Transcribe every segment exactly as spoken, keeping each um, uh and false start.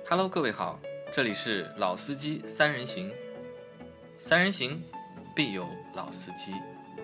Hello， 各位好，这里是老司机三人行，三人行必有老司机。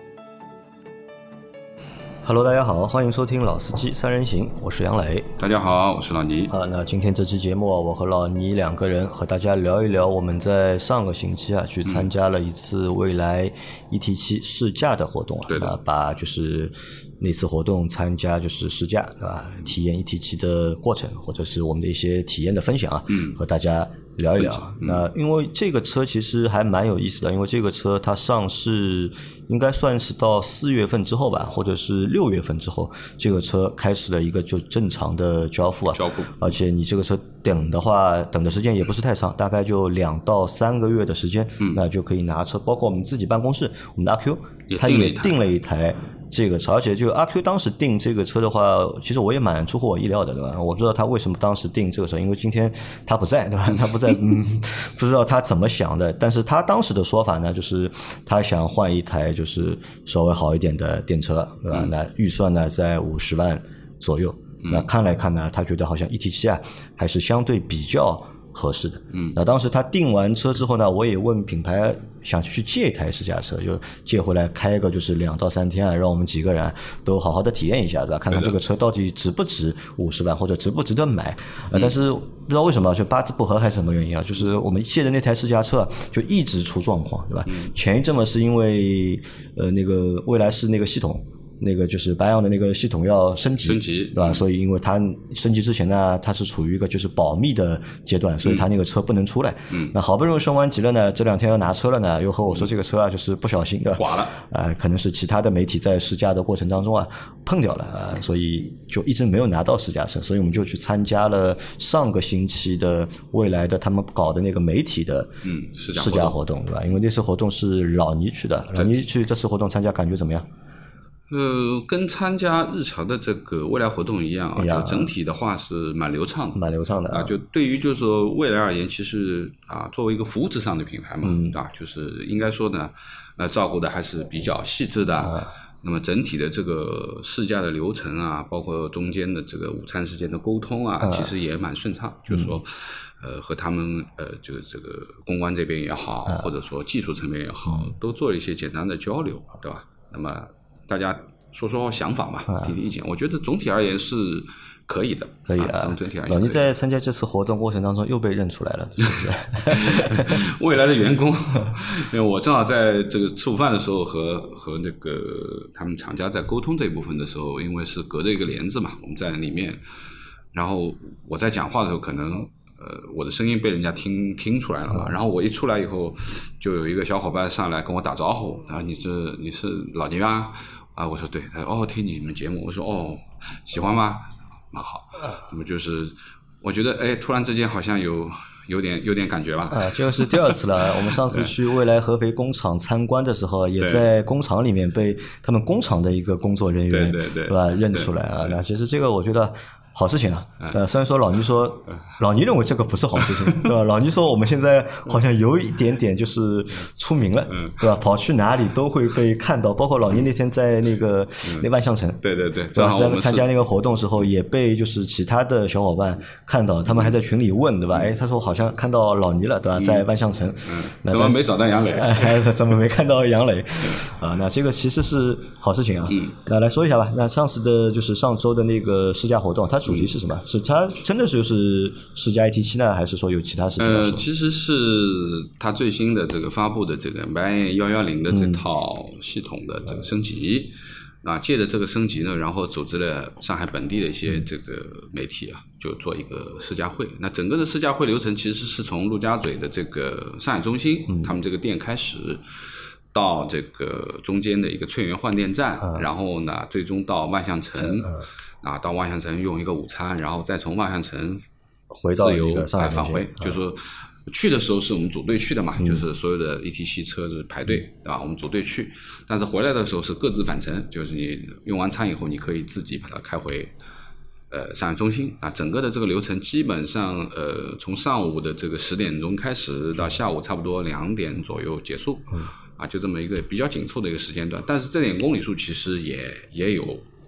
Hello， 大家好，欢迎收听老司机三人行，我是杨磊。 大家好，我是老倪。 啊，那今天这期节目啊，我和老倪两个人和大家聊一聊我们在上个星期啊去参加了一次蔚来 E T 七试驾的活动啊， 对的啊把就是那次活动参加就是试驾对吧？体验 E T 七的过程，或者是我们的一些体验的分享啊，嗯，和大家聊一聊。嗯、那因为这个车其实还蛮有意思的，因为这个车它上市应该算是到四月份之后吧，或者是六月份之后，这个车开始了一个就正常的交付啊。 交付。 而且你这个车等的话，等的时间也不是太长，大概就两到三个月的时间，嗯，那就可以拿车。包括我们自己办公室，我们的阿 Q， 他也订了一台。这个车，而且就阿 Q 当时订这个车的话，其实我也蛮出乎我意料的，对吧？我不知道他为什么当时订这个车，因为今天他不在，对吧？他不在，嗯，不知道他怎么想的。但是他当时的说法呢，就是他想换一台就是稍微好一点的电车，对吧？嗯、那预算呢在五十万左右。嗯、那看来看呢，他觉得好像 E T 七啊还是相对比较合适的。嗯，那当时他订完车之后呢，我也问品牌想去借一台试驾车，就借回来开个就是两到三天啊，让我们几个人、啊、都好好的体验一下，对吧？看看这个车到底值不值五十万，或者值不值得买。呃、但是不知道为什么就八字不合还是什么原因啊？就是我们借的那台试驾车就一直出状况，对吧？嗯、前一阵嘛是因为呃那个蔚来是那个系统。那个就是白洋的那个系统要升级， 升级对吧？嗯、所以因为它升级之前呢，它是处于一个就是保密的阶段，所以它那个车不能出来。嗯，那好不容易升完级了呢，这两天要拿车了呢，又和我说这个车啊，就是不小心的挂了， 呃，可能是其他的媒体在试驾的过程当中啊碰掉了啊、呃，所以就一直没有拿到试驾车，所以我们就去参加了上个星期的蔚来的他们搞的那个媒体的嗯试驾活动，对吧？因为那次活动是老倪去的，老倪去这次活动参加感觉怎么样？ 呃，跟参加日常的这个蔚来活动一样啊，就整体的话是蛮流畅的， 蛮流畅的啊。 就对于就是说蔚来而言，其实啊，作为一个服务至上的品牌嘛， 嗯、 啊，就是应该说呢，呃，照顾的还是比较细致的。啊、那么整体的这个试驾的流程啊，包括中间的这个午餐时间的沟通啊，啊其实也蛮顺畅。嗯、就是说，呃，和他们呃，这个这个公关这边也好，啊、或者说技术层面也好，嗯、都做了一些简单的交流，对吧？那么大家说说想法嘛，提提意见。我觉得总体而言是可以的， 可以啊。 啊整体而言， 老倪在参加这次活动过程当中又被认出来了，对不对？ 未来的员工，因为我正好在这个吃午饭的时候和和那个他们厂家在沟通这一部分的时候，因为是隔着一个帘子嘛，我们在里面，然后我在讲话的时候可能。呃，我的声音被人家听听出来了嘛，然后我一出来以后，就有一个小伙伴上来跟我打招呼，啊，你是你是老倪啊？啊，我说对，他说哦，听你们节目，我说哦，喜欢吗？蛮好，那么就是我觉得哎，突然之间好像有有点有点感觉吧。 啊，这个是第二次了。我们上次去蔚来合肥工厂参观的时候，也在工厂里面被他们工厂的一个工作人员对对对， 对吧认出来啊。那其实这个我觉得。好事情啊！呃，虽然说老倪说，老倪认为这个不是好事情，对吧？老倪说我们现在好像有一点点就是出名了，对吧？跑去哪里都会被看到，包括老倪那天在那个那万象城， 对对对， 对吧？在参加那个活动时候也被就是其他的小伙伴看到，他们还在群里问，对吧？哎，他说好像看到老倪了，对吧？在万象城， 嗯，怎么没找到杨磊？ 哎，怎么没看到杨磊？啊，那这个其实是好事情啊。嗯，那来说一下吧。那上次的就是上周的那个试驾活动，它主题是什么？是它真的就是试驾 E T 七呢，还是说有其他事情？ 呃，其实是它最新的这个发布的这个 M I 一一零的这套系统的这个升级。嗯、啊，借着这个升级呢，然后组织了上海本地的一些这个媒体啊，就做一个试驾会。那整个的试驾会流程其实是从陆家嘴的这个上海中心，嗯、他们这个店开始。到这个中间的一个翠园换电站，嗯、然后呢，最终到万象城。嗯啊，到万象城用一个午餐，然后再从万象城回到自由返回，嗯、就是说去的时候是我们组队去的嘛，嗯、就是所有的 E T 七车子排队啊，我们组队去，但是回来的时候是各自返程，就是你用完餐以后，你可以自己把它开回呃上海中心啊。整个的这个流程基本上呃从上午的这个十点钟开始到下午差不多两点左右结束，嗯、啊，就这么一个比较紧凑的一个时间段，但是这点公里数其实也也有。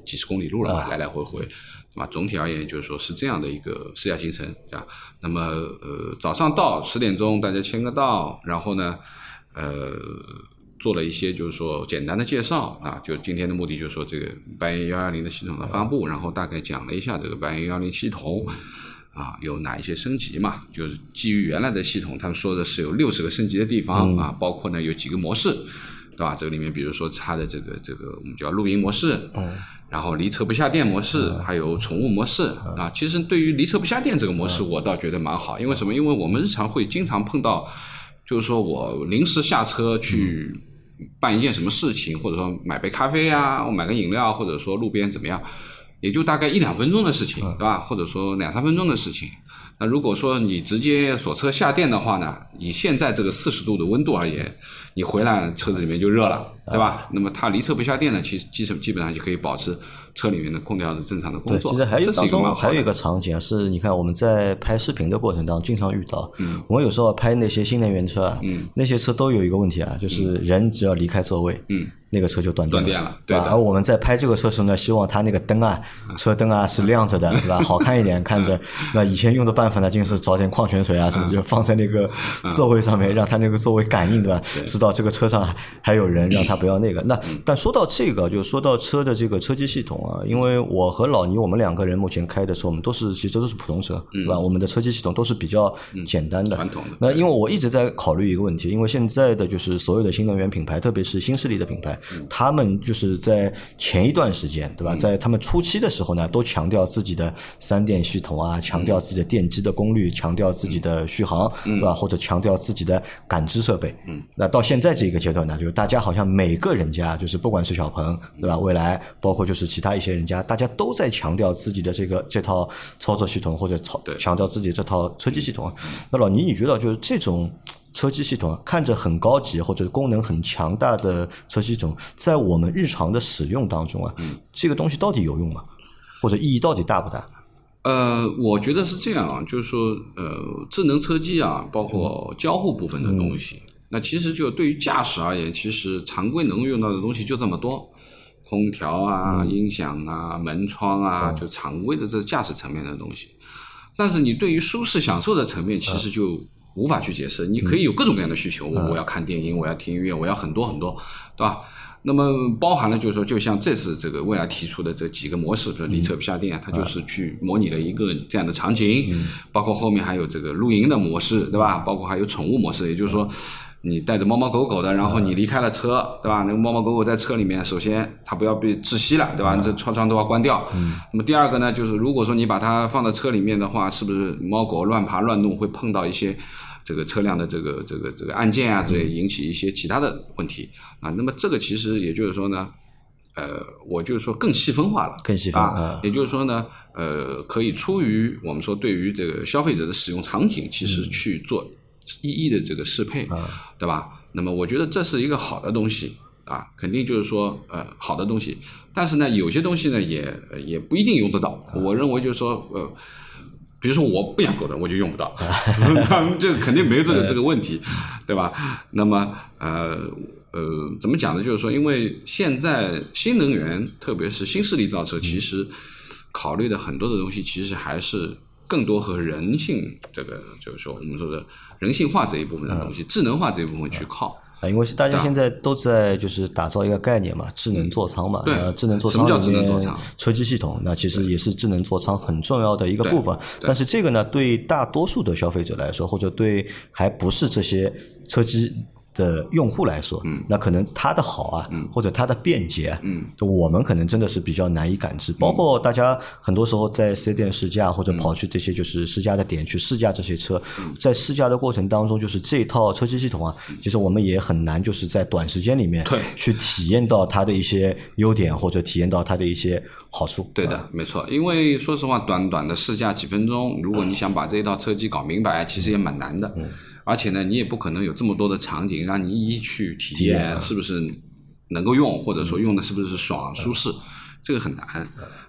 几十公里路了，啊、来来回回，对吧？总体而言就是说是这样的一个试驾行程啊。那么呃早上到十点钟大家签个到，然后呢呃做了一些就是说简单的介绍啊，就今天的目的就是说这个白银一一零的系统的发布，然后大概讲了一下这个白银一一零系统。啊，有哪一些升级嘛？就是基于原来的系统，他们说的是有六十个升级的地方、嗯、啊，包括呢有几个模式，对吧？这个里面比如说它的这个这个我们叫露营模式，嗯，然后离车不下电模式，嗯、还有宠物模式、嗯、啊。其实对于离车不下电这个模式，我倒觉得蛮好，因为什么？因为我们日常会经常碰到，就是说我临时下车去办一件什么事情，或者说买杯咖啡啊，我买个饮料，或者说路边怎么样。也就大概一两分钟的事情，对吧？或者说两三分钟的事情。那如果说你直接锁车下电的话呢，以现在这个四十度的温度而言，你回来车子里面就热了，对吧？那么它离车不下电呢，其实基本基本上就可以保持车里面的空调的正常的工作。 对，其实还有当中还有一个场景是，你看我们在拍视频的过程当中经常遇到，嗯，我有时候拍那些新能源车啊，嗯，那些车都有一个问题啊，就是人只要离开座位，嗯。那个车就断电了， 断电了，对的。 而我们在拍这个车时呢，希望它那个灯啊、车灯啊是亮着的，对吧？好看一点，看着。那以前用的办法呢，就是找点矿泉水啊什么，就放在那个座位上面，让它那个座位感应，对吧？知道这个车上还有人，让它不要那个。那但说到这个，就说到车的这个车机系统啊，因为我和老倪我们两个人目前开的时候，我们都是其实都是普通车，对吧？我们的车机系统都是比较简单的、 传统的。 那因为我一直在考虑一个问题，因为现在的就是所有的新能源品牌，特别是新势力的品牌。他们就是在前一段时间，对吧？在他们初期的时候呢，都强调自己的三电系统啊，强调自己的电机的功率，强调自己的续航，对吧？或者强调自己的感知设备。嗯，那到现在这个阶段呢，就是大家好像每个人家，就是不管是小鹏，对吧？蔚来，包括就是其他一些人家，大家都在强调自己的这个这套操作系统，或者强调自己这套车机系统。那老倪，你觉得就是这种车机系统看着很高级或者功能很强大的车机系统，在我们日常的使用当中啊，嗯、这个东西到底有用吗？或者意义到底大不大？ 呃，我觉得是这样啊，就是说，呃，智能车机啊，包括交互部分的东西，嗯、那其实就对于驾驶而言，其实常规能用到的东西就这么多，空调啊、嗯、音响啊、门窗啊，嗯、就常规的这驾驶层面的东西。但是你对于舒适享受的层面，其实就、嗯无法去解释，你可以有各种各样的需求，我、嗯、我要看电影，我要听音乐，我要很多很多，对吧？那么包含了就是说，就像这次这个蔚来提出的这几个模式，比如离车不下电，嗯、它就是去模拟了一个这样的场景，嗯、包括后面还有这个露营的模式，对吧？包括还有宠物模式，也就是说，你带着猫猫狗狗的，然后你离开了车，对吧？那个猫猫狗狗在车里面，首先它不要被窒息了，对吧？你这窗窗都要关掉。嗯、那么第二个呢，就是如果说你把它放在车里面的话，是不是猫狗乱爬乱动会碰到一些这个车辆的这个这个这个按键啊，这也引起一些其他的问题啊。那么这个其实也就是说呢，呃，我就是说更细分化了， 更细分啊。也就是说呢，呃，可以出于我们说对于这个消费者的使用场景，其实去做一一的这个适配，嗯、对吧？那么我觉得这是一个好的东西啊，肯定就是说呃好的东西。但是呢，有些东西呢也也不一定用得到。嗯、我认为就是说呃。比如说我不养狗的，我就用不到，他们这个肯定没有这个这个问题，对吧？那么呃呃，怎么讲呢？就是说，因为现在新能源，特别是新势力造车，其实考虑的很多的东西，其实还是更多和人性这个，就是说我们说的人性化这一部分的东西，智能化这一部分去靠。 啊，因为大家现在都在就是打造一个概念嘛，智能座舱嘛。 对， 呃，智能座舱里面车机系统，那其实也是智能座舱很重要的一个部分。但是这个呢，对大多数的消费者来说，或者对还不是这些车机的用户来说，嗯，那可能它的好啊，嗯，或者它的便捷，嗯，我们可能真的是比较难以感知。包括大家很多时候在四 S 店试驾，或者跑去这些就是试驾的点去试驾这些车，嗯、在试驾的过程当中，就是这套车机系统啊，其实我们也很难就是在短时间里面去体验到它的一些优点，或者体验到它的一些好处。 对的，啊、没错。因为说实话，短短的试驾几分钟，如果你想把这一套车机搞明白，其实也蛮难的。嗯而且呢，你也不可能有这么多的场景让你一一去体验，是不是能够用，或者说用的是不是爽舒适，这个很难。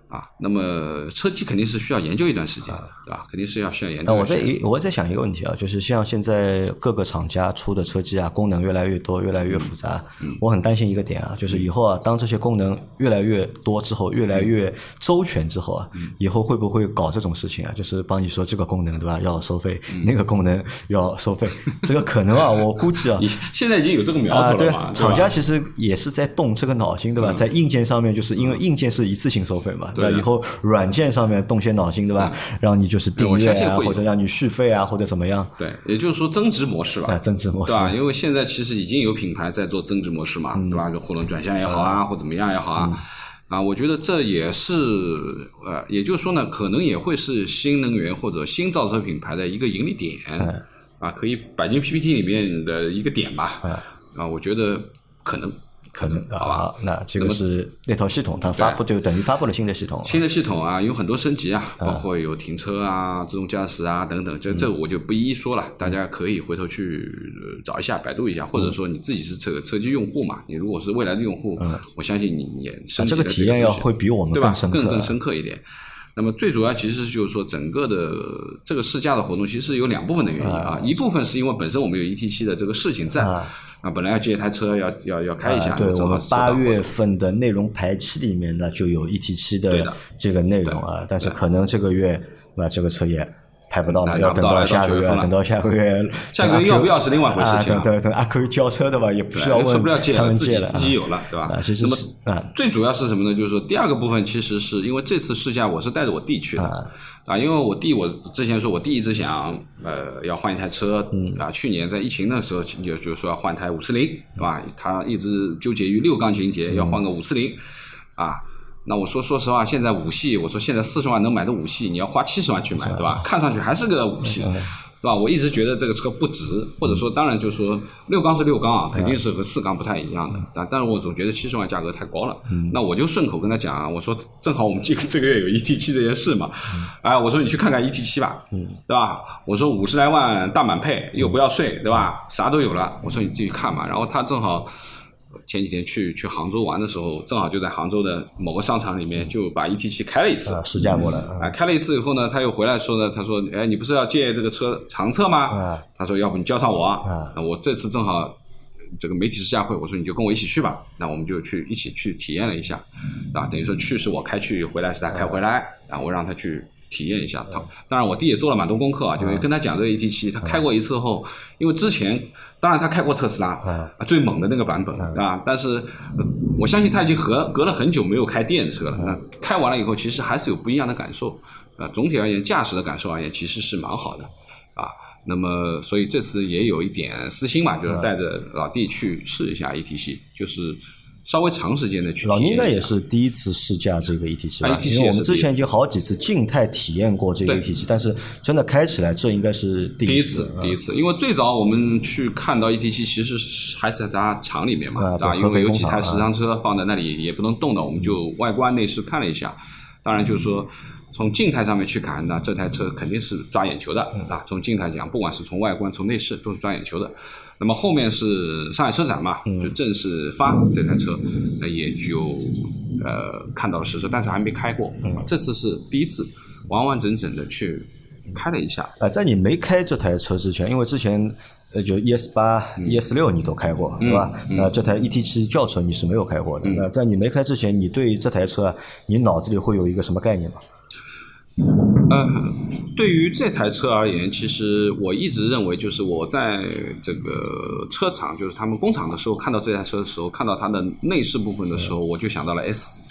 啊，那么车机肯定是需要研究一段时间，对吧？肯定是要需要研究。 那我在我在想一个问题啊，就是像现在各个厂家出的车机啊，功能越来越多，越来越复杂。嗯，我很担心一个点啊，就是以后啊，当这些功能越来越多之后，越来越周全之后啊，嗯、以后会不会搞这种事情啊？就是帮你说这个功能对吧，要收费，嗯、那个功能要收费，这个可能啊，我估计啊， 现在已经有这个苗头了嘛。 啊、对，厂家其实也是在动这个脑筋，对吧？嗯、在硬件上面，就是因为硬件是一次性收费嘛。对吧？以后软件上面动些脑筋，对吧？嗯、让你就是订阅啊，或者让你续费啊，或者怎么样？ 对，也就是说增值模式吧。 啊，增值模式， 对吧？因为现在其实已经有品牌在做增值模式嘛，嗯、对吧？就互联转向也好啊，嗯、或怎么样也好啊。嗯、啊，我觉得这也是呃，也就是说呢，可能也会是新能源或者新造车品牌的一个盈利点，嗯、啊，可以摆进 P P T 里面的一个点吧。嗯、啊，我觉得可能。 可能好吧，那这个是那套系统，它发布就等于发布了新的系统。 新的系统啊，有很多升级啊，包括有停车啊、自动驾驶啊等等，这这我就不一一说了，大家可以回头去找一下、百度一下，或者说你自己是这个车机用户嘛，你如果是未来的用户，我相信你也升级这个体验要会比我们更深刻， 更更深刻一点。那么最主要其实就是说，整个的这个试驾的活动其实有两部分的原因啊，一部分是因为本身我们有 E T 七 的这个事情在。啊，本来要借一台车要要要开一下， 啊、对，我们八月份的内容排期里面呢就有 E T 七 的这个内容啊，但是可能这个月那这个车也排不到了，要等到下个月，等到下个月， 下个月要不要是另外回事情、 啊。等等等阿 Q 交车的吧，也不需要问说不了借他们借了，自己自己有了，对吧？ 啊，其实那么啊， 最主要是什么呢？就是说第二个部分其实是因为这次试驾我是带着我弟去的。啊啊，因为我弟，我之前说我弟一直想，呃，要换一台车，嗯，啊，去年在疫情的时候就就说要换台五四零，对吧？他一直纠结于六缸情节，要换个五四零，啊，那我说说实话，现在五系，我说现在四十万能买的五系，你要花七十万去买，对吧？看上去还是个五系。对吧？我一直觉得这个车不值，或者说，当然就是说，六缸是六缸啊，肯定是和四缸不太一样的。啊，但是我总觉得七十万价格太高了。嗯，那我就顺口跟他讲啊，我说正好我们这个这个月有 E T 七 这件事嘛，哎，我说你去看看 E T 七 吧，嗯，对吧？我说五十来万大满配又不要税，对吧？啥都有了，我说你自己看嘛。然后他正好前几天去去杭州玩的时候，正好就在杭州的某个商场里面就把 E T 七 开了一次， 啊，试驾过了。啊、 呃，开了一次以后呢，他又回来说呢，他说，哎，你不是要借这个车长测吗？啊，他说要不你交上我，啊，那我这次正好这个媒体试驾会，我说你就跟我一起去吧，那我们就去一起去体验了一下，啊，等于说去是我开去，回来是他开回来，然后我让他去体验一下。他当然我弟也做了蛮多功课啊，就是跟他讲这个 E T 七，他开过一次后，因为之前当然他开过特斯拉啊最猛的那个版本啊，但是、呃、我相信他已经隔隔了很久没有开电车了，那开完了以后其实还是有不一样的感受啊。总体而言，驾驶的感受而言其实是蛮好的啊。那么所以这次也有一点私心嘛，就是带着老弟去试一下 E T 七，就是稍微长时间的去体验。 老倪应该也是第一次试驾这个 E T 七 吧？因为我们之前已经好几次静态体验过这个 E T 七，但是真的开起来这应该是第一次。 第一次，第一次，因为最早我们去看到 E T 七，其实还是在咱厂里面嘛，啊，对，因为有几台实仓车放在那里也不能动的，我们就外观内饰看了一下。当然就是说从静态上面去看，那这台车肯定是抓眼球的啊。从静态讲，不管是从外观从内饰都是抓眼球的。那么后面是上海车展嘛，就正式发这台车，那也就呃看到了实车，但是还没开过。这次是第一次完完整整的去开了一下。 呃，在你没开这台车之前，因为之前呃就 E S 八、嗯、E S 六你都开过，对、嗯、吧？那、嗯、这台 E T 七 轿车你是没有开过的。那、嗯、在你没开之前，你对这台车你脑子里会有一个什么概念吗？ 呃，对于这台车而言，其实我一直认为，就是我在这个车厂，就是他们工厂的时候，看到这台车的时候，看到它的内饰部分的时候，我就想到了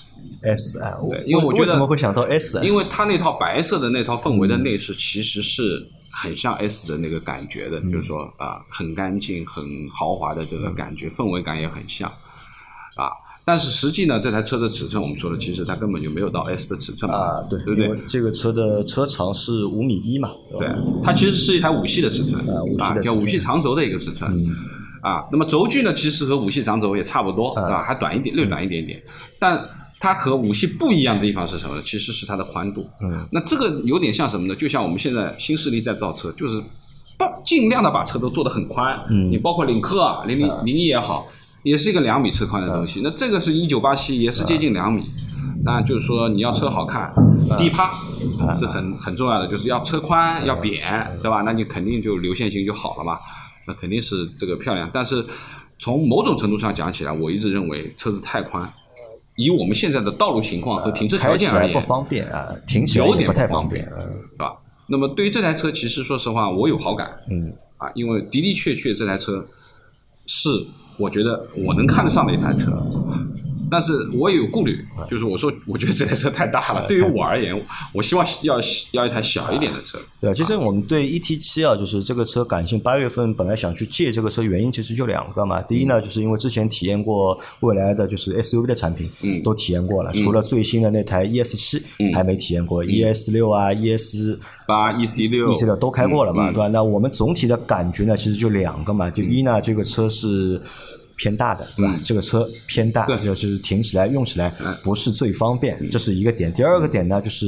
S。S 啊， 对，因为我觉得为什么会想到 S 啊？ 因为它那套白色的那套氛围的内饰，其实是很像 S 的那个感觉的，嗯、就是说啊、呃，很干净、很豪华的这个感觉，氛围感也很像啊。但是实际呢，这台车的尺寸我们说了，其实它根本就没有到 S 的尺寸啊，对， 对不对？ 这个车的车长是五米一嘛， 对，它其实是一台五系的尺寸啊，五系的叫五系长轴的一个尺寸、嗯、啊。那么轴距呢，其实和五系长轴也差不多，对吧？还短一点，略短一点点。但它和五系不一样的地方是什么呢？其实是它的宽度。嗯，那这个有点像什么呢？就像我们现在新势力在造车，就是尽量的把车都做得很宽。嗯，你包括领克啊、零零零一也好。也是一个两米车宽的东西，那这个是一九八七，也是接近两米， 那就是说你要车好看，低趴是很很重要的，就是要车宽要扁，对吧？那你肯定就流线型就好了嘛，那肯定是这个漂亮。但是从某种程度上讲起来，我一直认为车子太宽，以我们现在的道路情况和停车条件而言， 开起来不方便啊，停起来也不太方便， 是吧？那么对于这台车，其实说实话，我有好感， 嗯啊，因为的的确确这台车是我觉得我能看得上的一台车。但是我也有顾虑，就是我说，我觉得这台车太大了。对于我而言，我希望要要一台小一点的车。 对，其实我们对 E T 七 啊，就是这个车感兴趣。八月份本来想去借这个车，原因其实就两个嘛。第一呢，就是因为之前体验过未来的就是 S U V 的产品，嗯，都体验过了，除了最新的那台 E S 七、嗯、还没体验过、嗯、E S 六 啊 ，E S 八 E C 六 E C 六都开过了嘛，嗯、对吧？那我们总体的感觉呢，其实就两个嘛。就一呢，这个车是偏大的，对吧？嗯、这个车偏大，就是停起来用起来不是最方便，嗯、这是一个点。第二个点呢，就是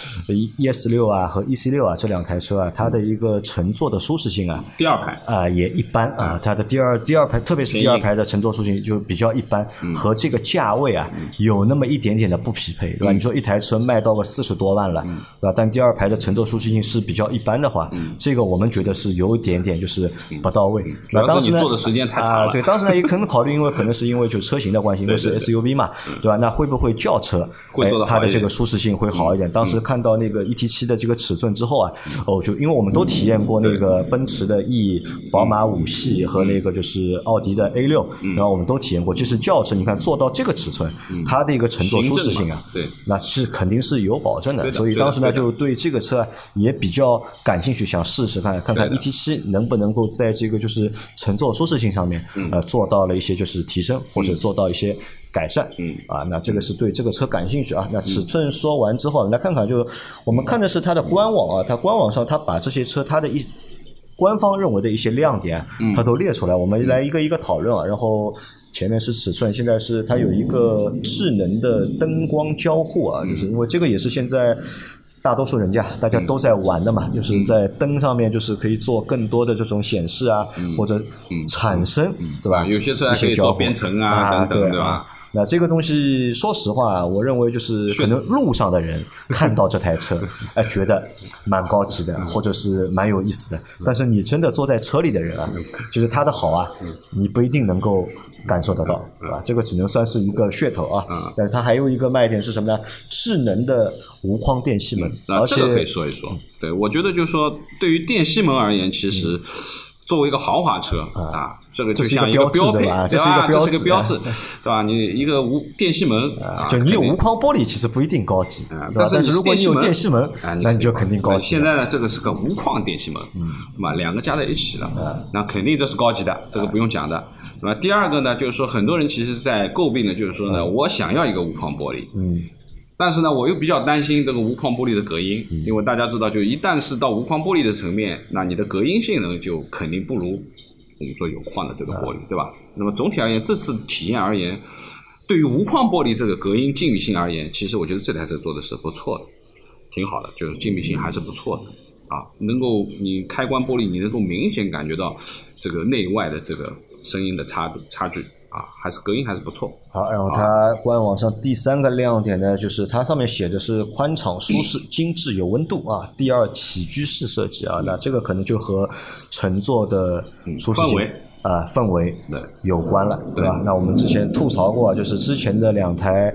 E S 六 啊和 E C 六 啊这两台车啊，它的一个乘坐的舒适性啊， 第二排啊、呃、也一般啊，它的第二第二排，特别是第二排的乘坐舒适性就比较一般，嗯、和这个价位啊、嗯、有那么一点点的不匹配，对吧？嗯、你说一台车卖到个四十多万了，嗯、对吧？但第二排的乘坐舒适性是比较一般的话，嗯、这个我们觉得是有一点点就是不到位。嗯、 主要是你坐的时间太长了。 啊、对，当时呢也可能考虑，因为可能是因为就车型的关系，因为是 S U V 嘛，对, 对, 对, 对吧？那会不会轿车会做得好一点、哎、 它的这个舒适性会好一点？嗯、当时看到那个 E T 七 的这个尺寸之后啊，嗯、哦，就因为我们都体验过那个奔驰的 E、宝马五系和那个就是奥迪的 A 六、嗯，然后我们都体验过。就是轿车，你看做到这个尺寸，嗯、它的一个乘坐舒适性啊， 对， 那是肯定是有保证的。的所以当时呢，就对这个车也比较感兴趣，想试试看，看看 E T 七 能不能够在这个就是乘坐舒适性上面，嗯、呃，做到了一些就是提升。或者做到一些改善，嗯啊，那这个是对这个车感兴趣啊。那尺寸说完之后，我们来看看，就我们看的是它的官网啊，它官网上它把这些车它的一官方认为的一些亮点，它都列出来，我们来一个一个讨论啊。然后前面是尺寸，现在是它有一个智能的灯光交互啊，就是因为这个也是现在大多数人家大家都在玩的嘛，嗯、就是在灯上面就是可以做更多的这种显示啊，嗯、或者产生，嗯、对吧？ 有些车还可以做编程啊，啊等等，对吧？ 啊那这个东西，说实话，我认为就是可能路上的人看到这台车，哎，觉得蛮高级的，或者是蛮有意思的。但是你真的坐在车里的人啊，就是它的好啊，你不一定能够感受得到，对吧？这个只能算是一个噱头啊。但是它还有一个卖点是什么呢？智能的无框电气门， 那这个可以说一说。对，我觉得就是说，对于电气门而言，其实作为一个豪华车啊。这个就像一个标配， 这是一个标志， 这是一个标志，对吧？你一个无电气门， 就你有无框玻璃，其实不一定高级，但是如果你有电气门，那你就肯定高级。 现在呢，这个是个无框电气门，对吧？两个加在一起了，那肯定这是高级的，这个不用讲的，对吧？第二个呢，就是说很多人其实在诟病的就是说呢，我想要一个无框玻璃，嗯。但是呢，我又比较担心这个无框玻璃的隔音，因为大家知道，就一旦是到无框玻璃的层面，那你的隔音性能就肯定不如我们说有框的这个玻璃，对吧？那么总体而言，这次体验而言，对于无框玻璃这个隔音静谧性而言，其实我觉得这台车做的是不错的，挺好的，就是静谧性还是不错的啊。能够你开关玻璃，你能够明显感觉到这个内外的这个声音的差差距。啊，还是隔音还是不错。 好，然后它官网上第三个亮点呢，就是它上面写的是宽敞舒适、嗯、精致有温度啊，第二起居室设计啊，那这个可能就和乘坐的舒适性、嗯、啊氛围有关了， 对, 对吧？那我们之前吐槽过，就是之前的两台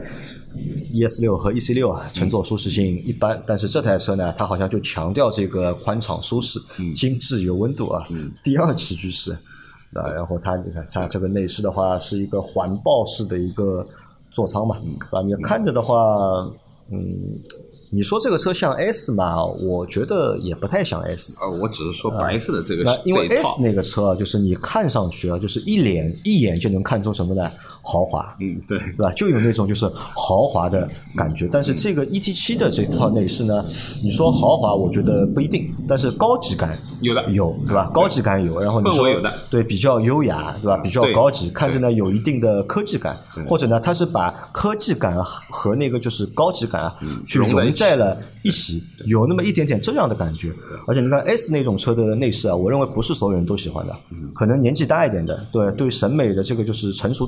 E S 六 和 E C 六 啊，乘坐舒适性一般，嗯、但是这台车呢，它好像就强调这个宽敞舒适、嗯、精致有温度啊，嗯、第二起居室。啊，然后它你看它这个内饰的话是一个环抱式的一个座舱嘛，嗯、啊，你看着的话，嗯，你说这个车像 S 嘛？我觉得也不太像 S。 呃，我只是说白色的这个， 呃、因为 S 那个车就是你看上去啊，就是一脸一眼就能看出什么呢？豪华， 嗯，对， 对吧？就有那种就是豪华的感觉。但是这个 E T 七 的这套内饰呢，你说豪华，我觉得不一定，但是高级感有的， 有，对吧？高级感有，然后你说氛围有的， 对，比较优雅，对吧？比较高级，看着呢有一定的科技感，或者呢，它是把科技感和那个就是高级感啊，嗯、去融在了一起，有那么一点点这样的感觉。而且你看 S 那种车的内饰啊，我认为不是所有人都喜欢的，嗯、可能年纪大一点的，对对审美的这个就是成熟度高一点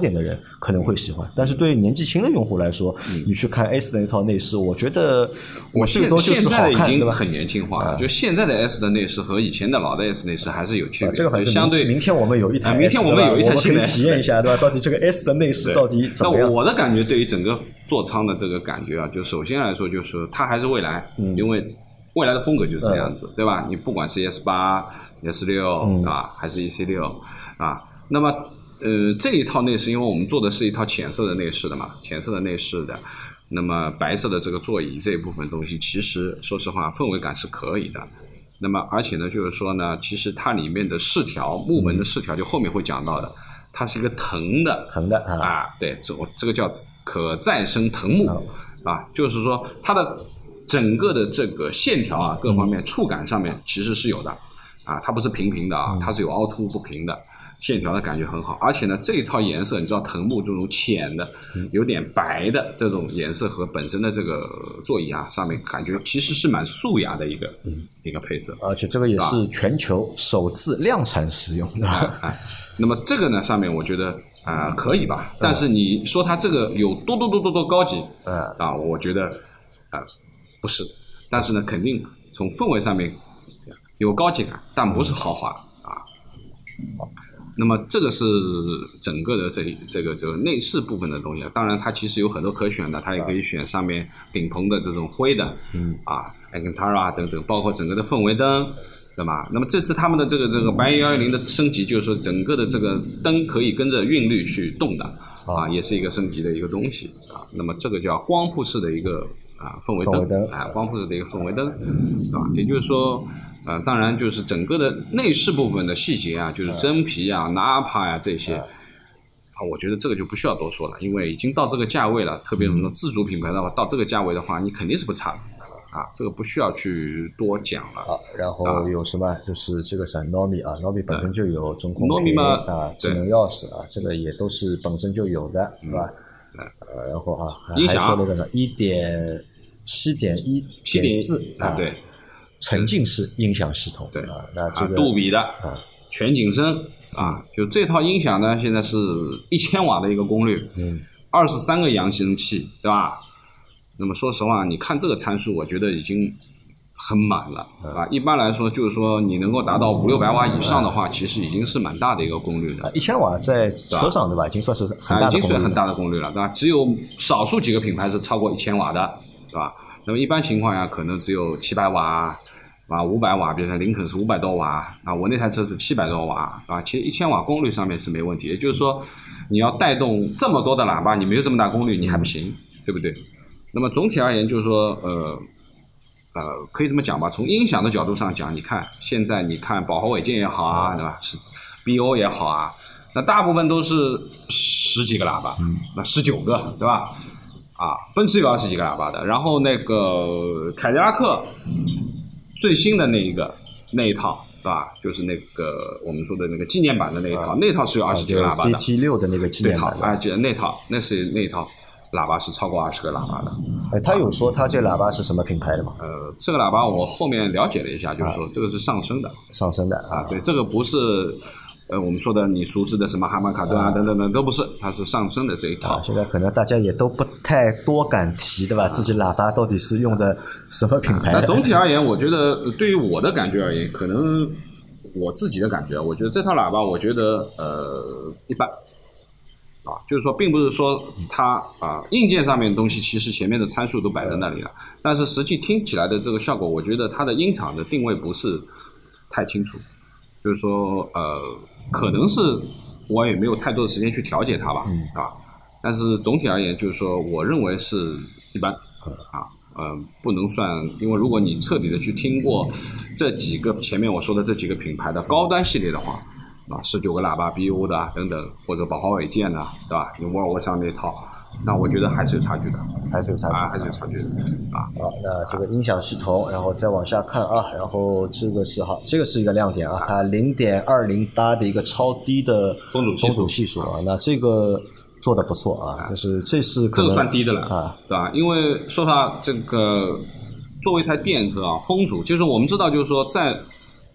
点的人可能会喜欢，但是对于年纪轻的用户来说，嗯、你去看 S 的那套内饰，我觉得我这个东西是好看， 现在已经很年轻化了。就现在的 S 的内饰和以前的老的 S 内饰还是有区别。 啊、这个反正相对明天我们有一台 S，、啊、 明天我们有一台新的 S， 体验一下，对吧？到底这个 S 的内饰到底怎么样？ 那我的感觉对于整个座舱的这个感觉啊，就首先来说就是它还是蔚来，嗯、因为未来的风格就是这样子，嗯、对吧？你不管是 S 八、S 六、嗯、啊，还是 E C 六啊，那么呃这一套内饰，因为我们做的是一套浅色的内饰的嘛，浅色的内饰的，那么白色的这个座椅这一部分东西，其实说实话氛围感是可以的。那么而且呢，就是说呢，其实它里面的饰条，木纹的饰条，就后面会讲到的。它是一个藤的， 藤的 啊, 啊，对，这这个叫可再生藤木、嗯、啊，就是说它的整个的这个线条啊，各方面、嗯、触感上面其实是有的啊，它不是平平的啊，它是有凹凸不平的，线条的感觉很好，而且呢，这一套颜色你知道藤木这种浅的、有点白的这种颜色和本身的这个座椅啊上面感觉其实是蛮素雅的一个、嗯、一个配色， 而且这个也是全球首次量产使用的。 啊啊那么这个呢，上面我觉得啊、呃、可以吧，但是你说它这个有多多多多多高级，嗯啊，我觉得啊、呃、不是，但是呢，肯定从氛围上面有高级感，但不是豪华啊。那么这个是整个的这这个这个内饰部分的东西，当然它其实有很多可选的，它也可以选上面顶棚的这种灰的，嗯啊 Alcantara 等等，包括整个的氛围灯。对吧？那么这次他们的这个这个白一一零的升级，就是说整个的这个灯可以跟着韵律去动的啊，也是一个升级的一个东西啊。那么这个叫光谱式的一个啊氛围灯啊，光谱式的一个氛围灯啊，也就是说，呃，当然就是整个的内饰部分的细节啊，就是真皮啊、纳帕呀这些啊，我觉得这个就不需要多说了，因为已经到这个价位了，特别什么自主品牌的话，到这个价位的话，你肯定是不差的。啊，这个不需要去多讲了。 啊，然后有什么？啊、就是这个是 Nomi 啊 ，Nomi 本身就有中控屏啊，智能钥匙啊，这个也都是本身就有的，是吧？嗯、呃，然后啊， 音响还说那个呢，一点七点一点四啊， 对， 沉浸式音响系统， 对啊，那这个、 啊、杜比的啊， 全景声啊，就这套音响呢，现在是一千瓦的一个功率，嗯，二十三个扬声器，对吧？那么说实话，你看这个参数，我觉得已经很满了啊。一般来说，就是说你能够达到五六百瓦以上的话，其实已经是蛮大的一个功率了。 一千瓦在车上对吧？已经算是很大的功率了， 已经算很大的功率了，对吧？只有少数几个品牌是超过一千瓦的，对吧？那么一般情况下，可能只有七百瓦啊、五百瓦，比如说林肯是五百多瓦啊，我那台车是七百多瓦啊。其实一千瓦功率上面是没问题，也就是说，你要带动这么多的喇叭，你没有这么大功率，你还不行，对不对？那么总体而言，就是说，呃，呃，可以这么讲吧。从音响的角度上讲，你看现在你看宝华伟健也好啊，对吧？是 B O 也好啊，那大部分都是十几个喇叭，嗯，那十九个，对吧？啊，奔驰有二十几个喇叭的，然后那个凯迪拉克最新的那一个那一套，对吧？就是那个我们说的那个纪念版的那一套，啊、那套是有二十几个喇叭的 ，C T 六的那个纪念版， 哎，记得那套，那是那一套。喇叭是超过二十个喇叭的， 哎，他有说他这喇叭是什么品牌的吗？ 呃，这个喇叭我后面了解了一下，就是说这个是上升的， 上升的啊，对，这个不是呃我们说的你熟知的什么哈曼卡顿啊等等等都不是，它是上升的这一套。 啊，现在可能大家也都不太多敢提，对吧？啊、自己喇叭到底是用的什么品牌的？ 那总体而言，我觉得对于我的感觉而言，可能我自己的感觉，我觉得这套喇叭，我觉得呃一般。啊，就是说，并不是说它啊硬件上面的东西，其实前面的参数都摆在那里了，但是实际听起来的这个效果，我觉得它的音场的定位不是太清楚，就是说呃，可能是我也没有太多的时间去调节它吧，嗯、啊，但是总体而言，就是说，我认为是一般啊，呃，不能算，因为如果你彻底的去听过这几个前面我说的这几个品牌的高端系列的话。啊，十九个喇叭 B O 的啊等等，或者宝华伟健的，对吧？你沃尔沃上那套，那我觉得还是有差距的， 还是有差距啊，还是有差距的啊。 好，那这个音响系统，然后再往下看啊，然后这个是好，这个是一个亮点啊，它 零点二零 八的一个超低的风阻风阻系数啊，那这个做的不错啊，就是这是可能这个算低的了啊， 对吧？因为说它这个作为一台电车啊，风阻，就是我们知道，就是说在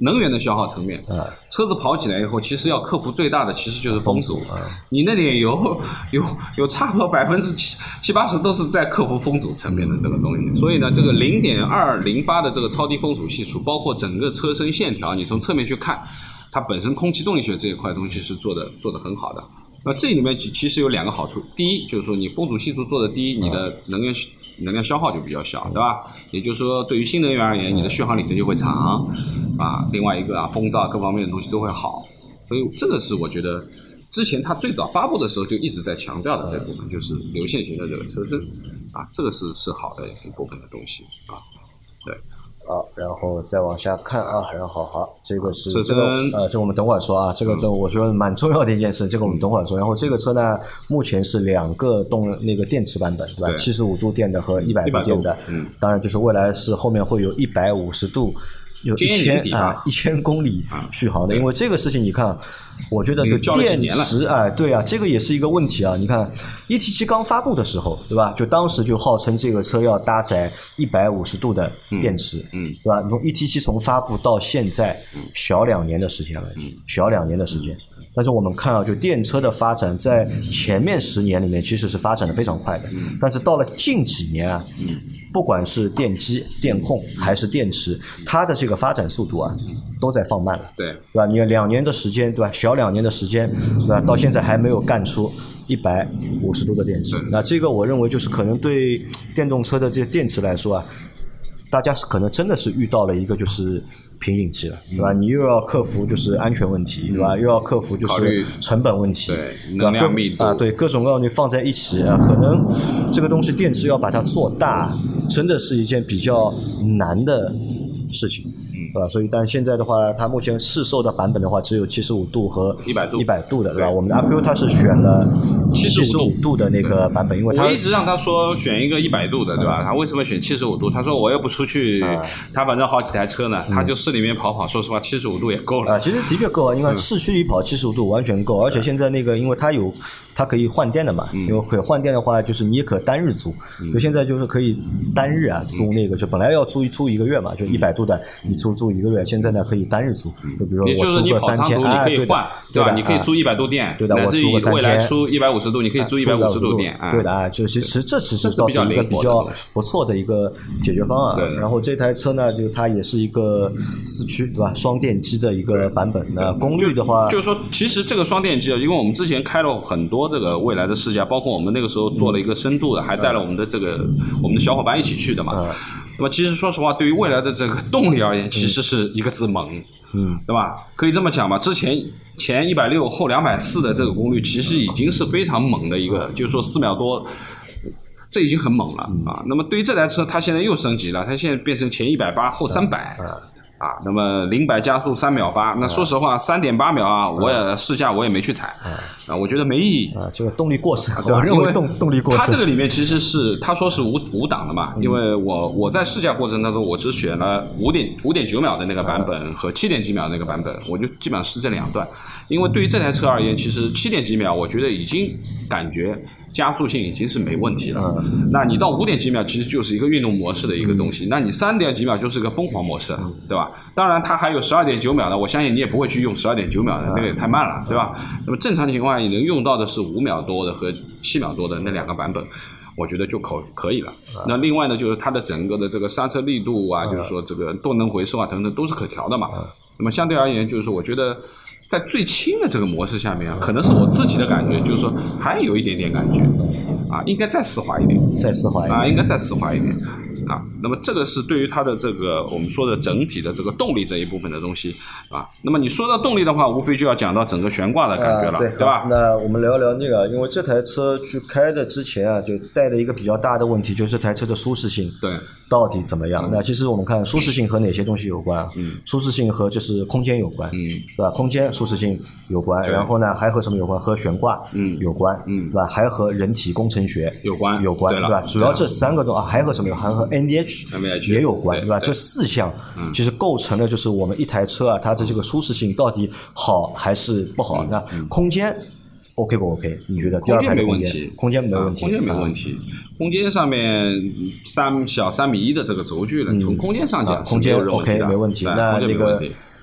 能源的消耗层面， 啊、 车子跑起来以后，其实要克服最大的其实就是风阻。啊、你那点油有有差不多百分之七七八十都是在克服风阻层面的这个东西。所以呢，这个零点二零八的这个超低风阻系数，包括整个车身线条，你从侧面去看，它本身空气动力学这一块东西是做的做的很好的。那这里面其实有两个好处，第一就是说你风阻系数做的低，你的能源能量消耗就比较小，对吧？也就是说对于新能源而言，你的续航里程就会长啊。另外一个啊，风噪各方面的东西都会好，所以这个是我觉得之前它最早发布的时候就一直在强调的这部分，就是流线型的这个车身啊，这个是是好的一部分的东西啊，对。 啊，然后再往下看啊，然后好，这个是车身， 这个呃，这个我们等会儿说啊，这个这我觉得蛮重要的一件事，这个我们等会儿说。然后这个车呢，目前是两个动那个电池版本，对吧？七十五度电的和一百度电的，嗯，当然就是未来是后面会有一百五十度。有一千啊，一千公里续航的，因为这个事情你看，我觉得就电池哎，对啊，这个也是一个问题啊。你看 E T 七刚发布的时候，对吧？就当时就号称这个车要搭载一百五十度的电池，嗯，对吧？从 E T 七从发布到现在，小两年的时间了，小两年的时间。但是我们看啊，就电车的发展在前面十年里面其实是发展的非常快的，但是到了近几年啊，不管是电机、电控还是电池，它的这个发展速度啊都在放慢了， 对， 对吧？你两年的时间，对吧？小两年的时间，对吧？到现在还没有干出一百五十度的电池，那这个我认为就是可能对电动车的这些电池来说啊，大家是可能真的是遇到了一个就是瓶颈期了，对吧？你又要克服就是安全问题，对吧？又要克服就是成本问题， 对，能量密度啊，对，各种各样的放在一起啊，可能这个东西电池要把它做大，真的是一件比较难的事情。对吧？所以，但现在的话，它目前市售的版本的话，只有七十五度和一百度、 一百度的，对吧？我们的阿 Q 它是选了七十五度的那个版本，因为它我一直让他说选一个一百度的，对吧？他为什么选七十五度？他说我又不出去，他反正好几台车呢，他就市里面跑跑。说实话，七十五度也够了啊。其实的确够啊，因为市区里跑七十五度完全够，而且现在那个，因为它有它可以换电的嘛，因为可以换电的话，就是你也可单日租，就现在就是可以单日啊租那个，就本来要租租一个月嘛，就一百度的你租租一个月，现在呢可以单日租，就比如说我租个三天， 你可以换，对吧？你可以租一百度电， 对的，我租个三天。 未来出一百五十度，你可以租一百五十度电， 对的啊，就其实这其实倒是一个比较不错的一个解决方案。 对， 然后这台车呢，就它也是一个四驱，对吧？双电机的一个版本。那功率的话， 就是说，其实这个双电机啊，因为我们之前开了很多这个未来的试驾，包括我们那个时候做了一个深度的，还带了我们的这个我们的小伙伴一起去的嘛。那么其实说实话，对于未来的这个动力而言，其实是一个字猛，嗯，对吧？可以这么讲吧，之前前一百六后两百四的这个功率，其实已经是非常猛的一个，就是说四秒多，这已经很猛了啊。那么对于这台车，它现在又升级了，它现在变成前一百八后三百。啊，那么零百加速三秒八，那说实话三点八秒啊，我也试驾我也没去踩，啊，我觉得没意义啊，这个动力过剩，我认为动动力过剩。 它这个里面其实是他说是五五档的嘛，因为我我在试驾过程当中，我只选了五点五点九秒的那个版本和七点几秒的那个版本，我就基本上是这两段，因为对于这台车而言，其实七点几秒我觉得已经感觉加速性已经是没问题了，嗯、那你到五点几秒其实就是一个运动模式的一个东西，嗯、那你三点几秒就是个疯狂模式，嗯、对吧？当然它还有十二点九秒的，我相信你也不会去用十二点九秒的，嗯、那个也太慢了，对吧？那么正常情况下你能用到的是五秒多的和七秒多的那两个版本。我觉得就可可以了。嗯、那另外呢，就是它的整个的这个刹车力度啊，嗯、就是说这个动能回收啊等等都是可调的嘛。嗯、那么相对而言，就是说我觉得在最轻的这个模式下面啊，可能是我自己的感觉，就是说还有一点点感觉啊，应该再丝滑一点， 再丝滑一点啊，应该再丝滑一点。啊，那么这个是对于它的这个我们说的整体的这个动力这一部分的东西啊。那么你说到动力的话，无非就要讲到整个悬挂的感觉了， 呃、对, 对吧？ 那我们聊聊那个，因为这台车去开的之前啊，就带了一个比较大的问题，就是这台车的舒适性对到底怎么样？嗯、那其实我们看舒适性和哪些东西有关？嗯，舒适性和就是空间有关，嗯，对吧？空间舒适性有关，然后呢还和什么有关？和悬挂嗯有关，嗯，对吧？还和人体工程学有关， 有关，对吧？主要这三个东啊，还和什么有？还和 N V H。也有关，对吧？这四项其实构成了就是我们一台车啊，它的这个舒适性到底好还是不好？那空间 OK 不 OK？ 你觉得？第二排的空间，空间没问题， 空间没问题。空间上面三小三米一的这个轴距了，从空间上讲， 空间 OK 没问题。那那个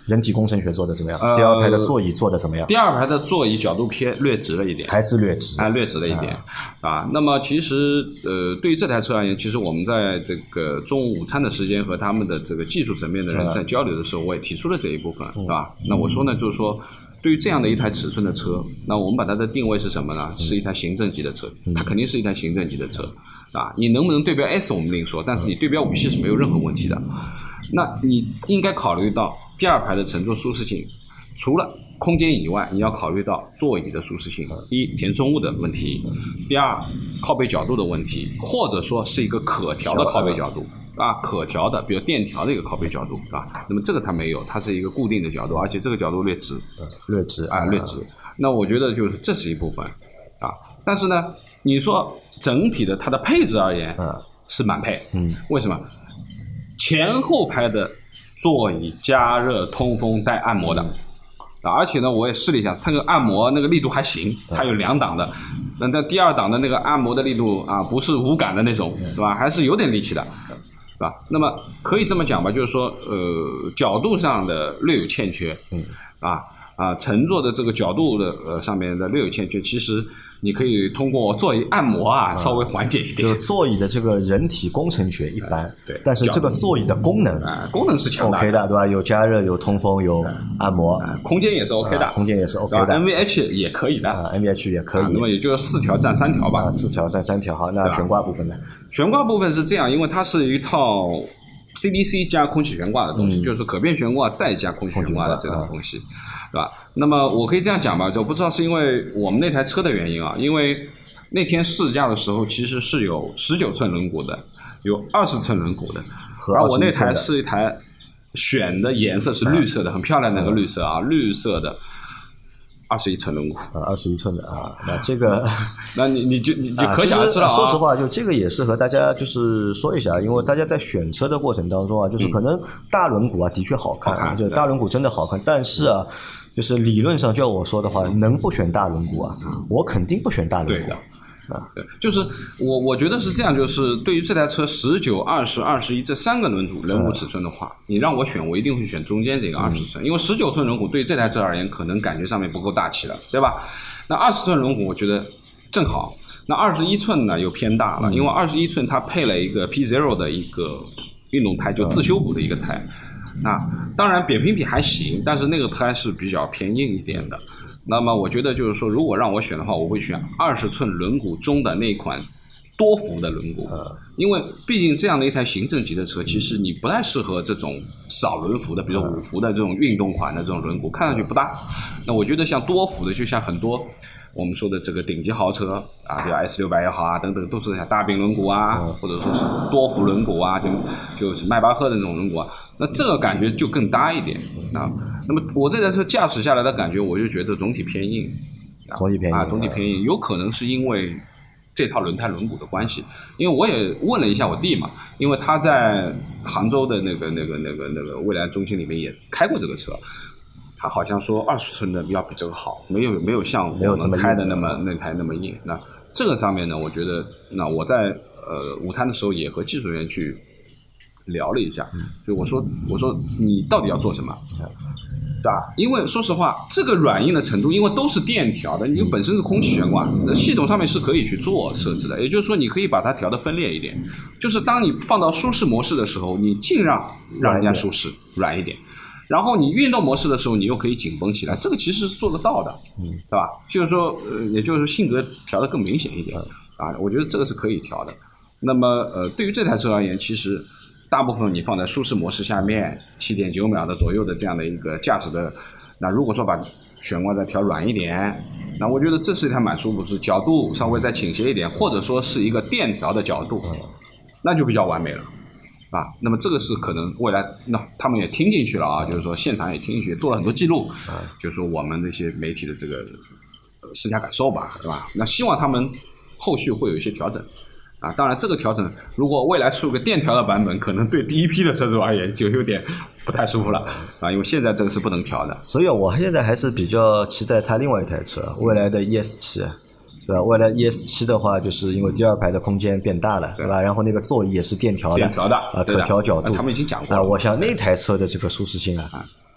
人体工程学做的怎么样？呃、第二排的座椅做的怎么样？ 第二排的座椅角度偏略直了一点， 还是略直？ 啊，略直了一点、嗯、啊。那么其实呃，对于这台车而言，其实我们在这个中午午餐的时间和他们的这个技术层面的人在交流的时候，我也提出了这一部分，是、嗯、吧？那我说呢，就是说。对于这样的一台尺寸的车，那我们把它的定位是什么呢？是一台行政级的车，它肯定是一台行政级的车啊。你能不能对标 S 我们另说，但是你对标五系是没有任何问题的。那你应该考虑到第二排的乘坐舒适性，除了空间以外，你要考虑到座椅的舒适性，一填充物的问题，第二靠背角度的问题，或者说是一个可调的靠背角度。啊，可调的，比如电调的一个靠背角度，是吧？那么这个它没有，它是一个固定的角度，而且这个角度略直， 略直， 啊，略直。那我觉得就是这是一部分，啊，但是呢，你说整体的它的配置而言，嗯，是满配，嗯，为什么？前后排的座椅加热、通风、带按摩的。啊，而且呢，我也试了一下，它那个按摩那个力度还行，它有两档的，那那第二档的那个按摩的力度啊，不是无感的那种，是吧？还是有点力气的，是吧？那么可以这么讲吧，就是说，呃，角度上的略有欠缺，嗯，啊啊，乘坐的这个角度的呃上面的略有欠缺，其实你可以通过座椅按摩啊，稍微缓解一点。 就座椅的这个人体工程学一般， 对， 但是这个座椅的功能啊，功能是强大的 ，OK 的，对吧？有加热，有通风，有按摩， 空间也是 OK 的， 空间也是 OK 的 ，N V H 也可以的啊 ，N V H 也可以。 那么也就是四条占三条吧， 啊，四条占三条。好，那悬挂部分呢？ 悬挂部分是这样，因为它是一套 C D C 加空气悬挂的东西， 嗯、 就是可变悬挂再加空气悬挂的这种东西，是吧？那么我可以这样讲吧，就不知道是因为我们那台车的原因啊，因为那天试驾的时候其实是有十九寸轮毂的，有二十寸轮毂的，而我那台是一台选的颜色是绿色的，很漂亮的那个绿色啊，嗯、绿色的。二十一寸轮毂啊，二十一寸的啊，那这个， 那你你就你就可想而知了、啊啊。说实话，就这个也是和大家就是说一下，因为大家在选车的过程当中啊，就是可能大轮毂啊的确好看， 好看就大轮毂真的好看，但是啊，就是理论上叫我说的话，能不选大轮毂啊，我肯定不选大轮毂。 对的。啊，对，就是我我觉得是这样，就是对于这台车十九、二十、二十一这三个轮组轮毂尺寸的话，你让我选，我一定会选中间这个二十寸，因为十九寸轮毂对于这台车而言，可能感觉上面不够大气了，对吧？那二十寸轮毂我觉得正好，那二十一寸呢又偏大了，因为二十一寸它配了一个 P zero 的一个运动胎，就自修补的一个胎。那当然扁平比还行，但是那个胎是比较偏硬一点的。那么我觉得就是说，如果让我选的话，我会选二十寸轮毂中的那款多幅的轮毂，因为毕竟这样的一台行政级的车，其实你不太适合这种少轮幅的，比如五幅的这种运动款的这种轮毂，看上去不大。那我觉得像多幅的，就像很多我们说的这个顶级豪车啊，比如 S 六百也好啊，等等，都是像大饼轮毂啊，或者说是多幅轮毂啊，就就是迈巴赫的那种轮毂啊，那这个感觉就更搭一点啊。那么我这台车驾驶下来的感觉，我就觉得总体偏硬， 总体偏硬啊，总体偏硬，有可能是因为这套轮胎轮毂的关系。因为我也问了一下我弟嘛，因为他在杭州的那个那个那个那个蔚来中心里面也开过这个车。他好像说二十寸的要比这个好，没有没有像我们开的那么那台那么硬。那这个上面呢，我觉得，那我在呃午餐的时候也和技术员去聊了一下，就我说我说你到底要做什么，对吧？因为说实话，这个软硬的程度，因为都是电调的，你本身是空气悬挂，系统上面是可以去做设置的。也就是说，你可以把它调得分裂一点，就是当你放到舒适模式的时候，你尽量让人家舒适软一点。然后你运动模式的时候，你又可以紧绷起来，这个其实是做得到的，嗯，对吧？就是说，呃，也就是性格调得更明显一点，啊，我觉得这个是可以调的。那么，呃，对于这台车而言，其实大部分你放在舒适模式下面，七点九秒的左右的这样的一个驾驶的，那如果说把悬挂再调软一点，那我觉得这是一台蛮舒服，是角度稍微再倾斜一点，或者说是一个电调的角度，那就比较完美了。啊，那么这个是可能未来，那他们也听进去了啊，就是说现场也听进去，做了很多记录，就是说我们那些媒体的这个试驾感受吧，对吧？那希望他们后续会有一些调整啊。当然，这个调整如果未来出个电调的版本，可能对第一批的车主而言就有点不太舒服了啊，因为现在这个是不能调的。 所以我现在还是比较期待它另外一台车，未来的 E S 七。对吧？未来 E S 七 的话，就是因为第二排的空间变大了，对吧？然后那个座椅也是电调的， 电调的啊，可调角度。 他们已经讲过了。 啊，我想那台车的这个舒适性啊，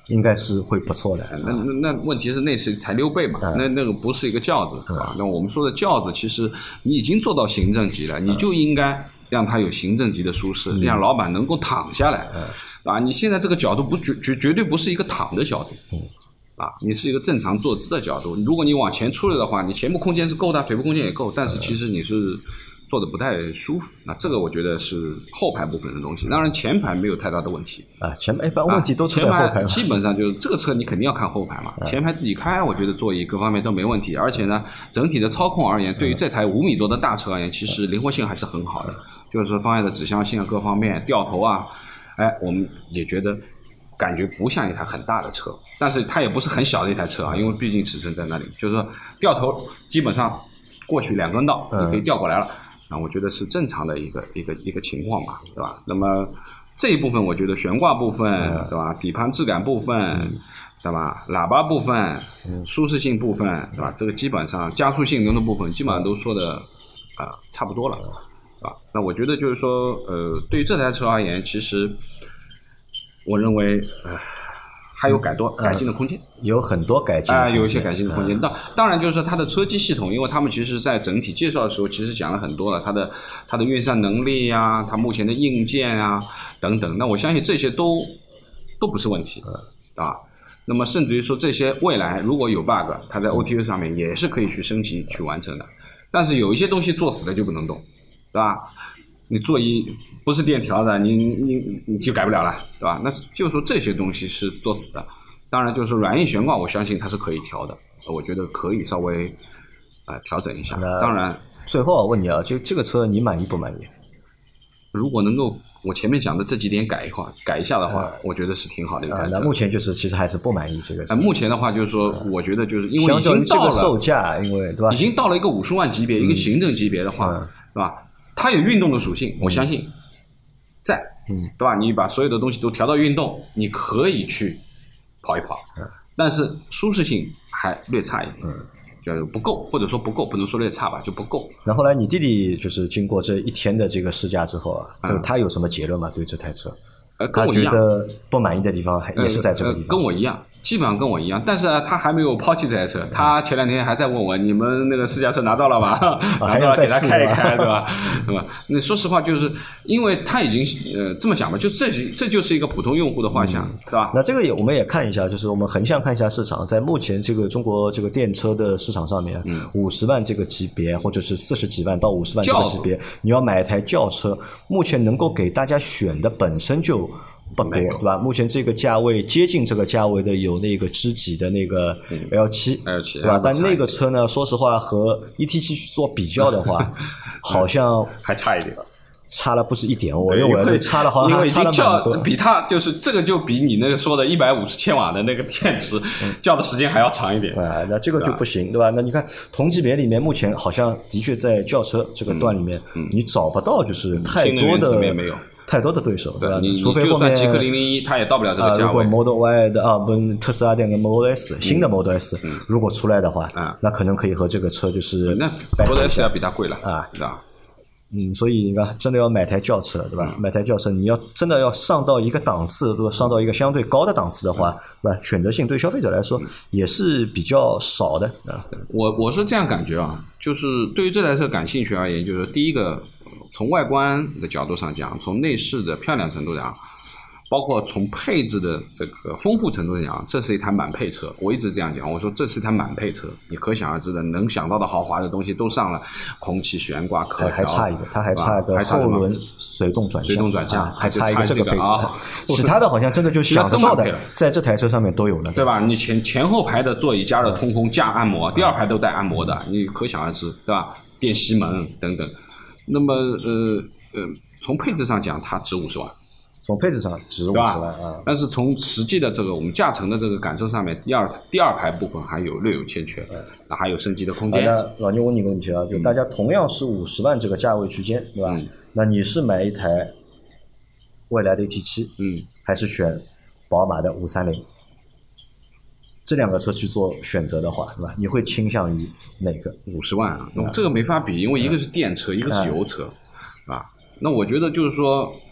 应该是会不错的。 那那那问题是那是一台溜背嘛，嗯、那那个不是一个轿子，对吧？嗯、那我们说的轿子，其实你已经做到行政级了，你就应该让它有行政级的舒适，嗯、让老板能够躺下来，嗯、啊！你现在这个角度不绝绝绝对不是一个躺的角度，嗯、啊，你是一个正常坐姿的角度。如果你往前出来的话，你前部空间是够的，腿部空间也够，但是其实你是坐的不太舒服。那这个我觉得是后排部分的东西，当然前排没有太大的问题啊，前排一般问题都出在后排、 啊、基本上就是这个车你肯定要看后排嘛，嗯、前排自己开，我觉得座椅各方面都没问题，而且呢，整体的操控而言，对于这台五米多的大车而言，其实灵活性还是很好的，就是说方向的指向性啊，各方面掉头啊，哎，我们也觉得感觉不像一台很大的车，但是它也不是很小的一台车啊，因为毕竟尺寸在那里，就是说掉头基本上过去两根道，你可以调过来了。嗯啊，我觉得是正常的一个一个一个情况吧，对吧？那么这一部分，我觉得悬挂部分，嗯、对吧？底盘质感部分，嗯、对吧？喇叭部分，嗯、舒适性部分，对吧？这个基本上加速性能的部分，基本上都说的啊、呃、差不多了，啊。那我觉得就是说，呃，对于这台车而言，其实我认为，呃。还有改多改进的空间， 嗯、有很多改进啊、呃，有一些改进的空间。当、嗯、当然就是它的车机系统，因为他们其实在整体介绍的时候，其实讲了很多了，它的它的运算能力呀、啊，它目前的硬件啊等等。那我相信这些都都不是问题、嗯、啊。那么甚至于说这些未来如果有 bug， 它在 O T A 上面也是可以去升级去完成的。但是有一些东西做死了就不能动，对吧？你座椅不是电调的，你你你就改不了了，对吧？那就是说这些东西是做死的。当然，就是说软硬悬挂，我相信它是可以调的，我觉得可以稍微呃调整一下。当然， 最后我问你啊，就这个车你满意不满意？ 如果能够我前面讲的这几点改一下改一下的话，呃、我觉得是挺好的一台车。 呃、那目前就是其实还是不满意这个车。 呃、目前的话就是说，呃、我觉得就是因为已经到了售价，因为对吧？ 已经到了一个五十万级别，嗯、一个行政级别的话，嗯、对吧？它有运动的属性，我相信在，嗯，对吧？你把所有的东西都调到运动，你可以去跑一跑，嗯、但是舒适性还略差一点，嗯，就是不够，或者说不够，不能说略差吧，就不够。 那后来你弟弟就是经过这一天的这个试驾之后啊，嗯、他有什么结论吗？对这台车？ 呃，跟我一样， 他觉得不满意的地方还也是在这个地方， 呃呃、跟我一样。基本上跟我一样，但是、啊、他还没有抛弃这台车。他前两天还在问我：“你们那个试驾车拿到了吧？拿到了，给他开一开，对吧？对吧？”那说实话，就是因为他已经呃这么讲吧，就这这就是一个普通用户的幻想，嗯、对吧？ 那这个也我们也看一下，就是我们横向看一下市场，在目前这个中国这个电车的市场上面，五十、嗯、万这个级别，或者是四十几万到五十万这个级别，你要买一台轿车，目前能够给大家选的本身就不多，对吧？目前这个价位接近这个价位的有那个知己的那个 L 七、 嗯、L 七， 对吧？但那个车呢，说实话和 E T 七去做比较的话，好像还差一点， 差了不止一点。我认为差了好像还差了蛮多。 比它就是这个就比你那个说的一百五十千瓦的那个电池叫的时间还要长一点。 啊，那这个就不行，对吧？那你看同级别里面，目前好像的确在轿车这个段里面，嗯嗯、你找不到就是太多的没有。 太多的对手，对吧？ 你除非后面就算极氪零零一，它也到不了这个价位。 啊、如果 Model Y 的啊，不，特斯拉的那个 Model S、嗯、新的 Model S、嗯、如果出来的话，嗯、那可能可以和这个车就是。 那 Model S 要比它贵了啊， 对吧？ 嗯，所以你看，真的要买台轿车，对吧？嗯、买台轿车，你要真的要上到一个档次，对吧？上到一个相对高的档次的话，对吧？选择性对消费者来说也是比较少的啊。 我我是这样感觉啊，就是对于这台车感兴趣而言，就是第一个。从外观的角度上讲，从内饰的漂亮程度讲，包括从配置的这个丰富程度上讲，这是一台满配车。我一直这样讲，我说这是一台满配车，你可想而知的，能想到的豪华的东西都上了，空气悬挂、可调， 还差一个，它还差一个后轮随动转向， 随动转向、 啊、还差一个这个配置。 啊、 其他的好像真的就想得到的，在这台车上面都有了， 对吧？你前前后排的座椅加热通风加按摩，第二排都带按摩的，你可想而知，对吧？电吸门等等。那么呃呃，从配置上讲，它值五十万。 从配置上值五十万啊， 但是从实际的这个我们驾乘的这个感受上面，第二第二排部分还有略有欠缺，那还有升级的空间。 那老牛问你一个问题啊，就大家同样是五十万这个价位区间，对吧？嗯、那你是买一台未来的 A T 七，嗯，还是选宝马的五三零？这两个车去做选择的话，对吧？你会倾向于哪个？ 五十万啊，这个没法比，因为一个是电车，嗯、一个是油车，嗯、啊。那我觉得就是说，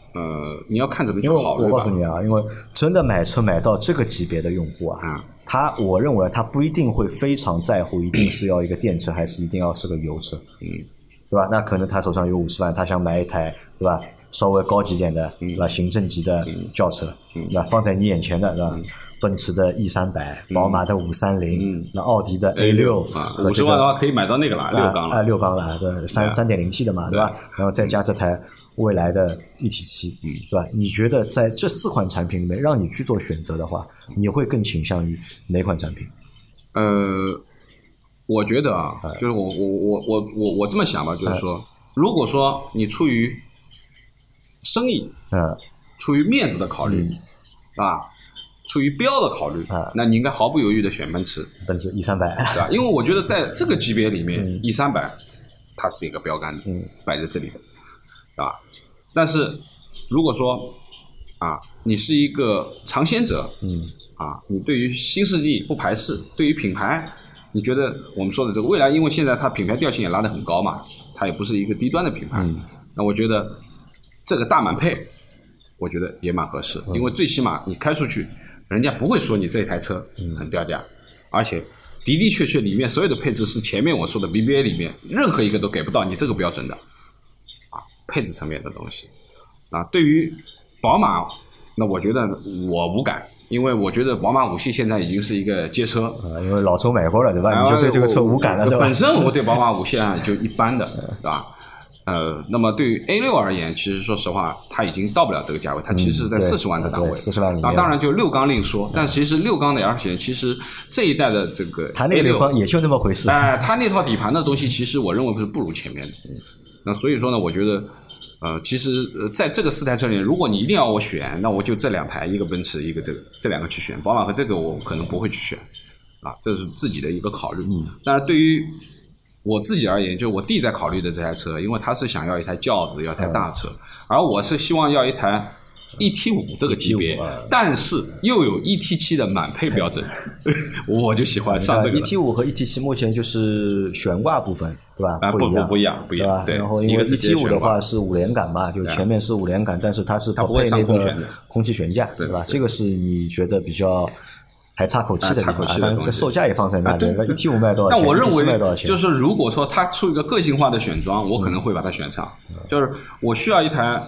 呃，你要看怎么去因为考虑吧。 我告诉你啊，因为真的买车买到这个级别的用户啊， 嗯， 他我认为他不一定会非常在乎，一定是要一个电车还是一定要是个油车， 嗯， 对吧？那可能他手上有五十万，他想买一台，对吧？稍微高级点的，对吧？行政级的轿车，对吧？放在你眼前的，对吧？奔驰的 E 三百，宝马的五三零，那奥迪的 A 六啊，五十万的话可以买到那个了，六缸了， 啊，六缸了，对，三三点零 T 的嘛，对吧？然后再加这台未来的 一体七，嗯，对吧？你觉得在这四款产品里面，让你去做选择的话，你会更倾向于哪款产品？ 呃，我觉得啊，就是我我我我我我这么想吧，就是说，如果说你出于生意， 嗯， 出于面子的考虑，啊。出于标的考虑，啊，那你应该毫不犹豫的选奔驰， 奔驰 E 三百， 对吧？因为我觉得在这个级别里面，嗯，E 三百它是一个标杆的，嗯，摆在这里的，啊。但是如果说啊，你是一个尝鲜者，嗯，啊，你对于新势力不排斥，对于品牌，你觉得我们说的这个未来，因为现在它品牌调性也拉得很高嘛，它也不是一个低端的品牌，嗯，那我觉得这个大满配，我觉得也蛮合适，嗯，因为最起码你开出去。人家不会说你这台车很掉价，嗯，而且的的确确里面所有的配置是前面我说的 B B A 里面任何一个都给不到你这个标准的啊，配置层面的东西啊。对于宝马，那我觉得我无感，因为我觉得宝马五系现在已经是一一个街车啊，因为老周买过了对吧？啊，你就对这个车无感了对吧？ 本身我对宝马五系啊就一般的，对吧？呃，那么对于 A 六 而言，其实说实话，它已经到不了这个价位，它其实是在四十万的单位， 四十万里面。 那当然就六缸另说，但其实六缸的 L 型，其实这一代的这个 A 六， 它那六缸也就那么回事。 哎，它那套底盘的东西，其实我认为是不如前面的。那所以说呢，我觉得，呃，其实呃，在这个四台车里面，如果你一定要我选，那我就这两台，一个奔驰，一个这个，这两个去选。宝马和这个我可能不会去选，啊，这是自己的一个考虑。嗯，当然对于我自己而言，就我弟在考虑的这台车，因为他是想要一台轿子，要一台大车，嗯，而我是希望要一台 E T 五 这个级别，啊，但是又有 E T 七 的满配标准，我就喜欢上这个。 E T 五 和 E T 七 目前就是悬挂部分，对吧？ 啊，不不不一样，不一样， 对吧？然后因为 E T 五 的话是五连杆嘛，就前面是五连杆，但是它是不配那个空气悬架，对吧？这个是你觉得比较还插口气的地方，啊，但这个售价也放在那里。那 E T 五 卖多少钱？ 但我认为就是如果说它出一个个性化的选装，我可能会把它选上。嗯，就是我需要一台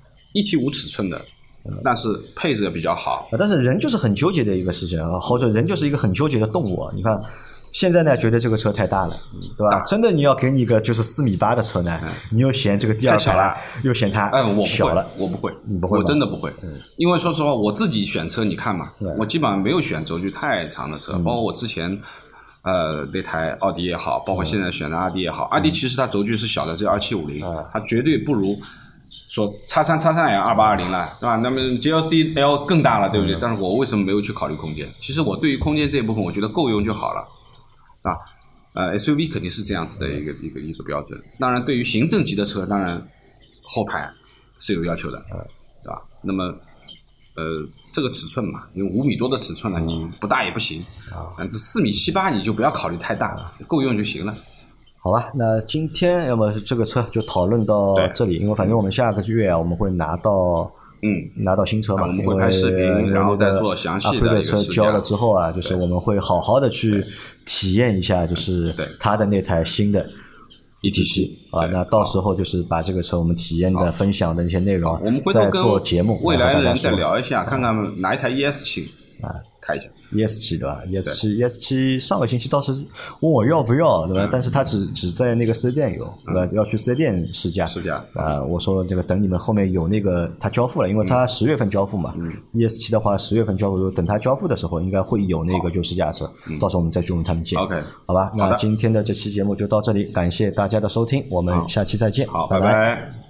E T 五 尺寸的，但是配置比较好。 但是人就是很纠结的一个事情啊，或者人就是一个很纠结的动物啊。你看现在呢，觉得这个车太大了，对吧？真的你要给你一个就是四米八的车呢，嗯，你又嫌这个第二排又嫌它小了， 哎，我不会， 你不会， 我真的不会，嗯，因为说实话，我自己选车，你看嘛，我基本上没有选轴距太长的车，嗯，包括我之前呃那台奥迪也好，包括现在选的阿迪也好，嗯，阿迪其实它轴距是小的，只有二七五零，它绝对不如说叉三叉三也二八二零了，对吧？那么 G L C L 更大了，对不对？嗯，但是我为什么没有去考虑空间？其实我对于空间这一部分，我觉得够用就好了。啊，呃 ，S U V 肯定是这样子的一个一个一个标准。当然，对于行政级的车，当然后排是有要求的，对吧？那么，呃，这个尺寸嘛，因为五米多的尺寸了，你不大也不行啊。这四米七八你就不要考虑太大了，够用就行了。 好吧，那今天要么这个车就讨论到这里，因为反正我们下个月啊，我们会拿到。嗯，拿到新车嘛， 我们会拍视频，然后再做详细的阿奎的车交了之后啊，就是我们会好好的去体验一下，就是他的那台新的 E T 七啊。那到时候就是把这个车我们体验的、分享的一些内容， 我们会再做节目， 未来的人再聊一下，看看哪一台 E S 七啊。开一下 E S 七 对吧 ？E S 七 E S 七上个星期倒是问我要不要对吧？嗯，但是他只只在那个四 S 店有，对吧？嗯，要去四 S 店试驾。 试驾啊，我说这个等你们后面有那个他交付了，因为他十月份交付嘛。嗯 E S 七 的话十月份交付，等他交付的时候应该会有那个就试驾车，嗯，到时候我们再去问他们见。 OK， 好吧？那今天的这期节目就到这里，感谢大家的收听，我们下期再见， 好， 拜拜拜。